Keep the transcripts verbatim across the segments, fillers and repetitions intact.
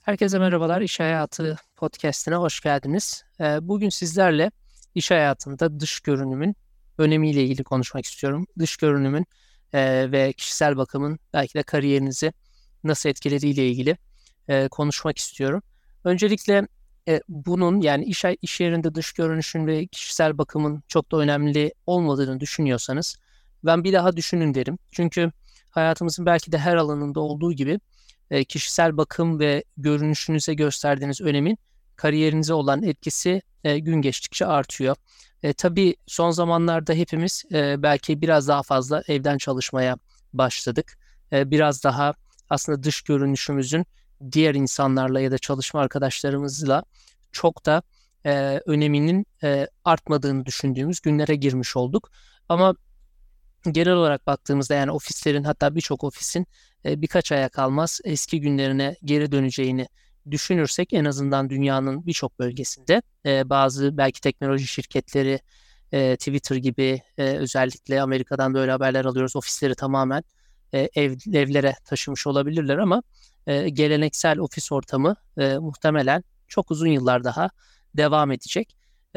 Herkese merhabalar, İş Hayatı Podcast'ine hoş geldiniz. Ee, Bugün sizlerle iş hayatında dış görünümün önemiyle ilgili konuşmak istiyorum. Dış görünümün e, ve kişisel bakımın belki de kariyerinizi nasıl etkilediğiyle ilgili e, konuşmak istiyorum. Öncelikle e, bunun yani iş, iş yerinde dış görünüşün ve kişisel bakımın çok da önemli olmadığını düşünüyorsanız ben bir daha düşünün derim. Çünkü hayatımızın belki de her alanında olduğu gibi e, kişisel bakım ve görünüşünüze gösterdiğiniz önemin kariyerinize olan etkisi e, gün geçtikçe artıyor. E, tabii son zamanlarda hepimiz e, belki biraz daha fazla evden çalışmaya başladık. E, biraz daha aslında dış görünüşümüzün diğer insanlarla ya da çalışma arkadaşlarımızla çok da e, öneminin e, artmadığını düşündüğümüz günlere girmiş olduk. Ama genel olarak baktığımızda yani ofislerin hatta birçok ofisin e, birkaç aya kalmaz eski günlerine geri döneceğini düşünürsek en azından dünyanın birçok bölgesinde e, bazı belki teknoloji şirketleri e, Twitter gibi e, özellikle Amerika'dan böyle haberler alıyoruz. Ofisleri tamamen e, ev, evlere taşımış olabilirler ama e, geleneksel ofis ortamı e, muhtemelen çok uzun yıllar daha devam edecek. E,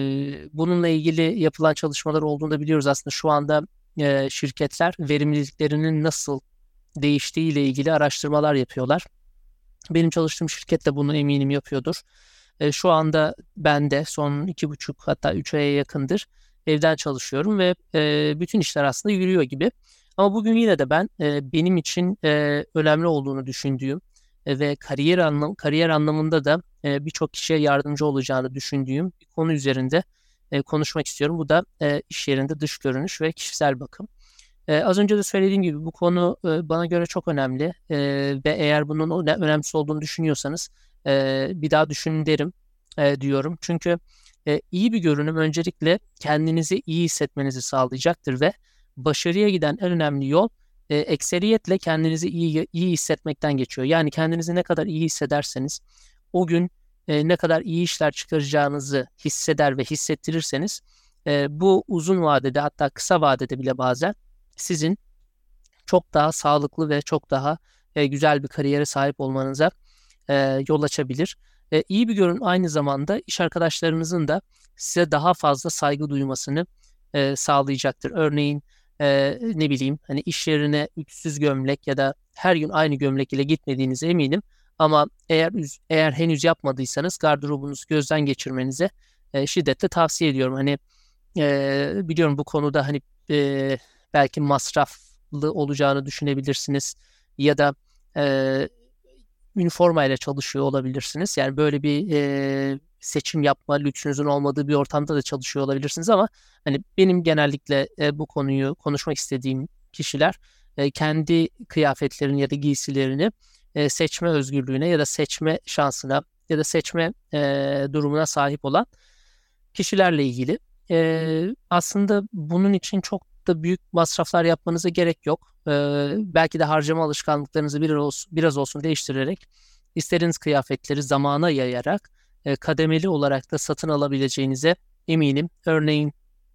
bununla ilgili yapılan çalışmalar olduğunu da biliyoruz. Aslında şu anda e, şirketler verimliliklerinin nasıl değiştiği ile ilgili araştırmalar yapıyorlar. Benim çalıştığım şirket de bunu eminim yapıyordur. E, şu anda ben de son iki buçuk hatta üç aya yakındır evden çalışıyorum ve e, bütün işler aslında yürüyor gibi. Ama bugün yine de ben e, benim için e, önemli olduğunu düşündüğüm e, ve kariyer anlam kariyer anlamında da e, birçok kişiye yardımcı olacağını düşündüğüm bir konu üzerinde e, konuşmak istiyorum. Bu da e, iş yerinde dış görünüş ve kişisel bakım. Ee, az önce de söylediğim gibi bu konu e, bana göre çok önemli. Ee, ve eğer bunun öne- önemsiz olduğunu düşünüyorsanız e, bir daha düşünün derim e, diyorum. Çünkü e, iyi bir görünüm öncelikle kendinizi iyi hissetmenizi sağlayacaktır ve başarıya giden en önemli yol e, ekseriyetle kendinizi iyi iyi hissetmekten geçiyor. Yani kendinizi ne kadar iyi hissederseniz o gün e, ne kadar iyi işler çıkaracağınızı hisseder ve hissettirirseniz e, bu uzun vadede hatta kısa vadede bile bazen sizin çok daha sağlıklı ve çok daha e, güzel bir kariyere sahip olmanıza e, yol açabilir. E, iyi bir görün aynı zamanda iş arkadaşlarınızın da size daha fazla saygı duymasını e, sağlayacaktır. Örneğin e, ne bileyim hani iş yerine üstsüz gömlek ya da her gün aynı gömlek ile gitmediğinize eminim. Ama eğer eğer henüz yapmadıysanız gardırobunuzu gözden geçirmenizi e, şiddetle tavsiye ediyorum. Hani e, biliyorum bu konuda hani e, belki masraflı olacağını düşünebilirsiniz ya da e, üniformayla çalışıyor olabilirsiniz. Yani böyle bir e, seçim yapma lüksünüzün olmadığı bir ortamda da çalışıyor olabilirsiniz ama hani benim genellikle e, bu konuyu konuşmak istediğim kişiler e, kendi kıyafetlerini ya da giysilerini e, seçme özgürlüğüne ya da seçme şansına ya da seçme e, durumuna sahip olan kişilerle ilgili. Ee, aslında bunun için çok da büyük masraflar yapmanıza gerek yok. Ee, belki de harcama alışkanlıklarınızı biraz olsun, biraz olsun değiştirerek istediğiniz kıyafetleri zamana yayarak e, kademeli olarak da satın alabileceğinize eminim. Örneğin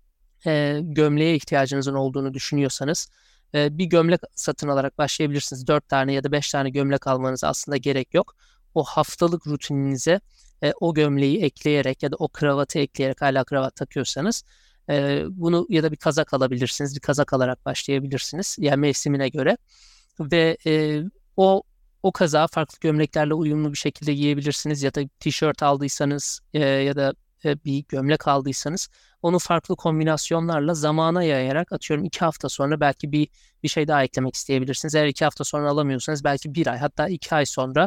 e, gömleğe ihtiyacınızın olduğunu düşünüyorsanız e, bir gömlek satın alarak başlayabilirsiniz. Dört tane ya da beş tane gömlek almanıza aslında gerek yok. O haftalık rutininize e, o gömleği ekleyerek ya da o kravatı ekleyerek hala kravat takıyorsanız e, bunu ya da bir kazak alabilirsiniz. Bir kazak alarak başlayabilirsiniz. Yani mevsimine göre ve e, o o kazağı farklı gömleklerle uyumlu bir şekilde giyebilirsiniz ya da tişört aldıysanız e, ya da e, bir gömlek aldıysanız onu farklı kombinasyonlarla zamana yayarak atıyorum iki hafta sonra belki bir bir şey daha eklemek isteyebilirsiniz. Eğer iki hafta sonra alamıyorsanız belki bir ay hatta iki ay sonra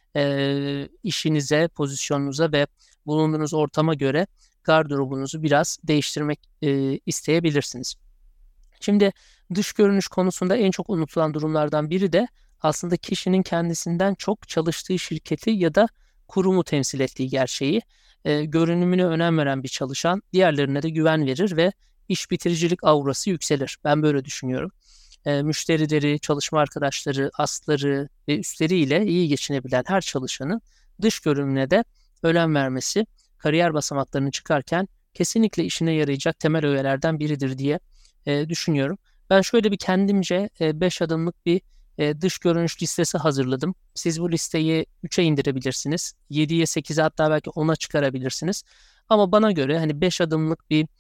e, işinize, pozisyonunuza ve bulunduğunuz ortama göre gardırobunuzu biraz değiştirmek e, isteyebilirsiniz. Şimdi dış görünüş konusunda en çok unutulan durumlardan biri de aslında kişinin kendisinden çok çalıştığı şirketi ya da kurumu temsil ettiği gerçeği. E, görünümüne önem veren bir çalışan diğerlerine de güven verir ve iş bitiricilik aurası yükselir. Ben böyle düşünüyorum. E, müşterileri, çalışma arkadaşları, astları ve üstleriyle iyi geçinebilen her çalışanın dış görünümüne de önem vermesi kariyer basamaklarını çıkarken kesinlikle işine yarayacak temel öğelerden biridir diye e, düşünüyorum. Ben şöyle bir kendimce beş adımlık bir e, dış görünüş listesi hazırladım. Siz bu listeyi üçe indirebilirsiniz. yediye sekize hatta belki ona çıkarabilirsiniz. Ama bana göre hani beş adımlık bir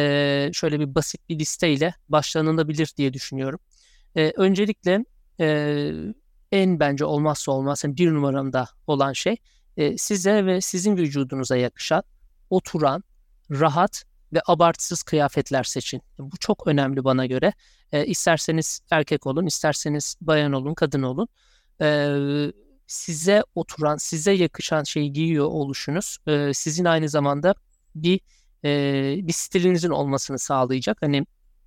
e, şöyle bir basit bir listeyle başlanılabilir diye düşünüyorum. E, öncelikle e, en bence olmazsa olmaz yani bir numaramda olan şey e, size ve sizin vücudunuza yakışan, oturan, rahat ve abartısız kıyafetler seçin. Bu çok önemli bana göre. E, isterseniz erkek olun, isterseniz bayan olun, kadın olun. E, size oturan, size yakışan şeyi giyiyor oluşunuz, e, sizin aynı zamanda bir e, bir stilinizin olmasını sağlayacak. Hani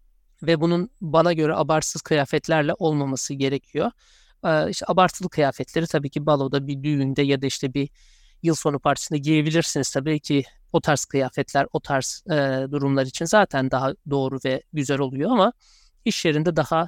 ve bunun bana göre abartısız kıyafetlerle olmaması gerekiyor. Ee, işte abartılı kıyafetleri tabii ki baloda, bir düğünde ya da işte bir yıl sonu partisinde giyebilirsiniz. Tabii ki o tarz kıyafetler, o tarz e, durumlar için zaten daha doğru ve güzel oluyor ama iş yerinde daha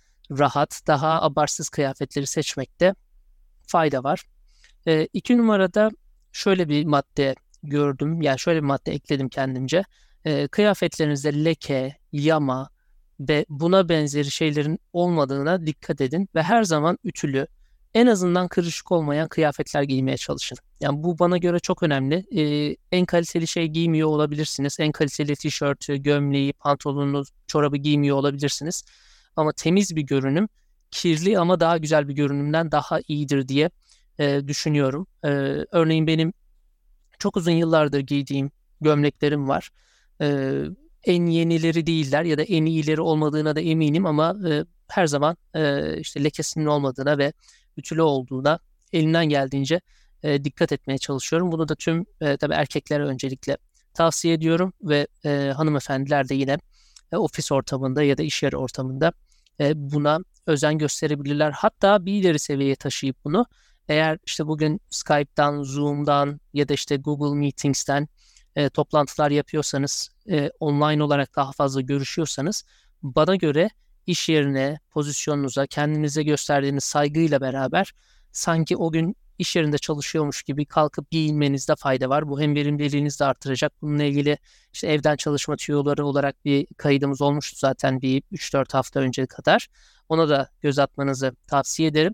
rahat, daha abartsız kıyafetleri seçmekte fayda var. E, iki numarada şöyle bir madde gördüm. Yani şöyle bir madde ekledim kendimce. E, kıyafetlerinizde leke, yama ve buna benzeri şeylerin olmadığına dikkat edin ve her zaman ütülü, en azından kırışık olmayan kıyafetler giymeye çalışın. Yani bu bana göre çok önemli. E, en kaliteli şey giymiyor olabilirsiniz. En kaliteli tişörtü, gömleği, pantolonu, çorabı giymiyor olabilirsiniz. Ama temiz bir görünüm, kirli ama daha güzel bir görünümden daha iyidir diye e, düşünüyorum. E, örneğin benim çok uzun yıllardır giydiğim gömleklerim var. E, en yenileri değiller ya da en iyileri olmadığına da eminim ama e, her zaman e, işte lekesinin olmadığına ve ütülü olduğuna elimden geldiğince e, dikkat etmeye çalışıyorum. Bunu da tüm e, tabii erkeklere öncelikle tavsiye ediyorum ve e, hanımefendiler de yine e, ofis ortamında ya da iş yeri ortamında e, buna özen gösterebilirler. Hatta bir ileri seviyeye taşıyıp bunu eğer işte bugün Skype'dan, Zoom'dan ya da işte Google Meetings'ten e, toplantılar yapıyorsanız, e, online olarak daha fazla görüşüyorsanız bana göre iş yerine, pozisyonunuza, kendinize gösterdiğiniz saygıyla beraber sanki o gün iş yerinde çalışıyormuş gibi kalkıp giyinmenizde fayda var. Bu hem verimliliğinizi de artıracak. Bununla ilgili işte evden çalışma tüyoları olarak bir kaydımız olmuştu zaten bir üç dört hafta önce kadar. Ona da göz atmanızı tavsiye ederim.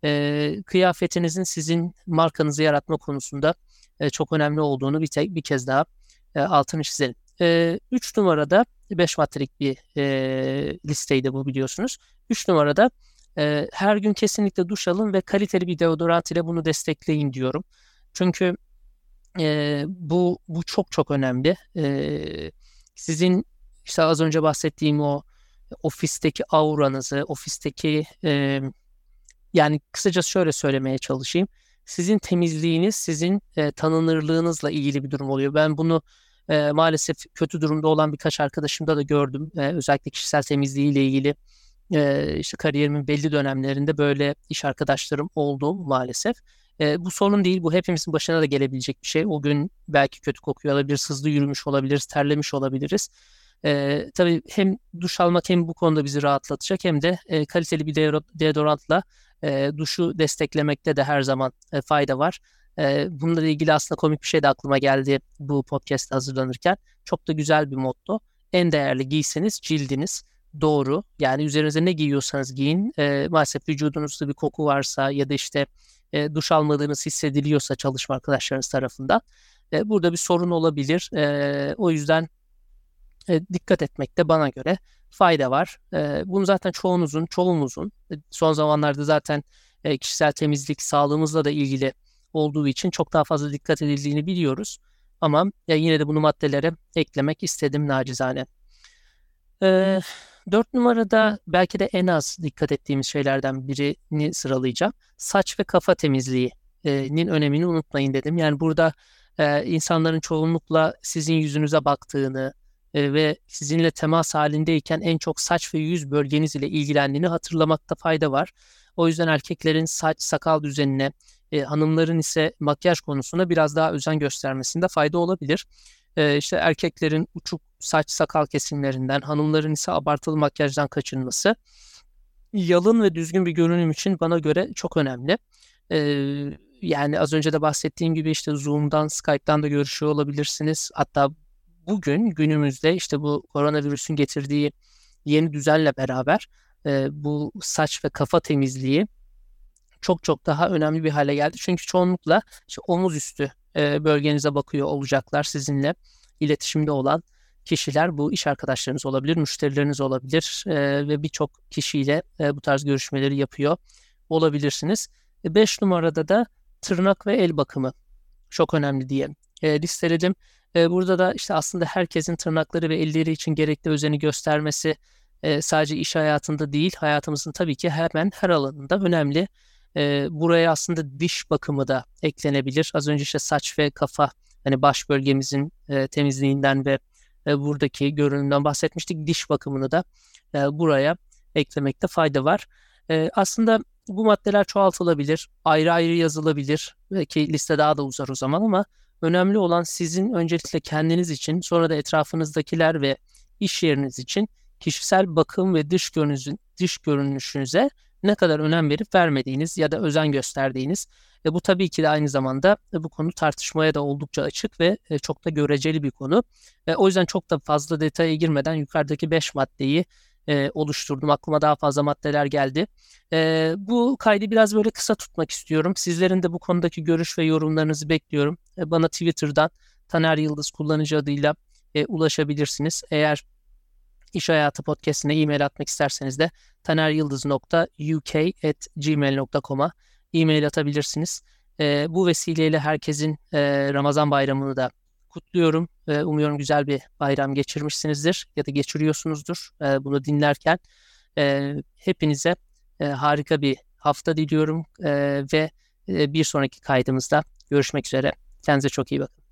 E, kıyafetinizin sizin markanızı yaratma konusunda e, çok önemli olduğunu bir, tek, bir kez daha e, altını çizelim. E, üç numarada beş maddelik bir e, listeydi bu biliyorsunuz. Üç numarada e, her gün kesinlikle duş alın ve kaliteli bir deodorant ile bunu destekleyin diyorum. Çünkü e, bu bu çok çok önemli. E, sizin işte az önce bahsettiğim o ofisteki auranızı, ofisteki e, yani kısacası şöyle söylemeye çalışayım. Sizin temizliğiniz, sizin e, tanınırlığınızla ilgili bir durum oluyor. Ben bunu e, maalesef kötü durumda olan birkaç arkadaşımda da gördüm. E, özellikle kişisel temizliğiyle ilgili e, işte kariyerimin belli dönemlerinde böyle iş arkadaşlarım oldu maalesef. E, bu sorun değil, bu hepimizin başına da gelebilecek bir şey. O gün belki kötü kokuyor olabilir, hızlı yürümüş olabiliriz, terlemiş olabiliriz. E, tabii hem duş almak hem bu konuda bizi rahatlatacak hem de e, kaliteli bir deodor- deodorantla e, duşu desteklemekte de her zaman e, fayda var. E, bununla ilgili aslında komik bir şey de aklıma geldi bu podcast hazırlanırken. Çok da güzel bir motto. En değerli giysiniz cildiniz. Doğru. Yani üzerinize ne giyiyorsanız giyin. E, maalesef vücudunuzda bir koku varsa ya da işte e, duş almadığınız hissediliyorsa çalışma arkadaşlarınız tarafından e, burada bir sorun olabilir. E, o yüzden e, dikkat etmekte bana göre fayda var. E, bunu zaten çoğunuzun, çoğumuzun e, son zamanlarda zaten e, kişisel temizlik sağlığımızla da ilgili olduğu için çok daha fazla dikkat edildiğini biliyoruz. Ama ya yine de bunu maddelere eklemek istedim nacizane. E, Dört numarada belki de en az dikkat ettiğimiz şeylerden birini sıralayacağım. Saç ve kafa temizliğinin önemini unutmayın dedim. Yani burada e, insanların çoğunlukla sizin yüzünüze baktığını e, ve sizinle temas halindeyken en çok saç ve yüz bölgeniz ile ilgilendiğini hatırlamakta fayda var. O yüzden erkeklerin saç sakal düzenine, e, hanımların ise makyaj konusuna biraz daha özen göstermesinde fayda olabilir. E, işte erkeklerin uçuk saç sakal kesimlerinden, hanımların ise abartılı makyajdan kaçınması yalın ve düzgün bir görünüm için bana göre çok önemli. Ee, yani az önce de bahsettiğim gibi işte Zoom'dan, Skype'dan da görüşüyor olabilirsiniz. Hatta bugün günümüzde işte bu koronavirüsün getirdiği yeni düzenle beraber e, bu saç ve kafa temizliği çok çok daha önemli bir hale geldi. Çünkü çoğunlukla işte omuz üstü e, bölgenize bakıyor olacaklar, sizinle iletişimde olan kişiler. Bu iş arkadaşlarınız olabilir, müşterileriniz olabilir e, ve birçok kişiyle e, bu tarz görüşmeleri yapıyor olabilirsiniz. Beş numarada da tırnak ve el bakımı çok önemli diye e, listeledim. E, burada da işte aslında herkesin tırnakları ve elleri için gerekli özeni göstermesi e, sadece iş hayatında değil, hayatımızın tabii ki hemen her alanında önemli. E, buraya aslında diş bakımı da eklenebilir. Az önce işte saç ve kafa, hani baş bölgemizin e, temizliğinden ve e, buradaki görünümden bahsetmiştik. Diş bakımını da e, buraya eklemekte fayda var. E, aslında bu maddeler çoğaltılabilir, ayrı ayrı yazılabilir. Belki liste daha da uzar o zaman ama önemli olan sizin öncelikle kendiniz için, sonra da etrafınızdakiler ve iş yeriniz için kişisel bakım ve dış görünüşün, dış görünüşünüze ne kadar önem verip vermediğiniz ya da özen gösterdiğiniz. E, bu tabii ki de aynı zamanda e, bu konu tartışmaya da oldukça açık ve e, çok da göreceli bir konu. E, o yüzden çok da fazla detaya girmeden yukarıdaki beş maddeyi e, oluşturdum. Aklıma daha fazla maddeler geldi. E, bu kaydı biraz böyle kısa tutmak istiyorum. Sizlerin de bu konudaki görüş ve yorumlarınızı bekliyorum. E, bana Twitter'dan Taner Yıldız kullanıcı adıyla e, ulaşabilirsiniz. Eğer İş Hayatı Podcast'ine e-mail atmak isterseniz de taneryıldız nokta u k at gmail nokta com'a e-mail atabilirsiniz. E, bu vesileyle herkesin e, Ramazan bayramını da kutluyorum. E, umuyorum güzel bir bayram geçirmişsinizdir ya da geçiriyorsunuzdur e, bunu dinlerken. E, hepinize e, harika bir hafta diliyorum e, ve e, bir sonraki kaydımızda görüşmek üzere. Kendinize çok iyi bakın.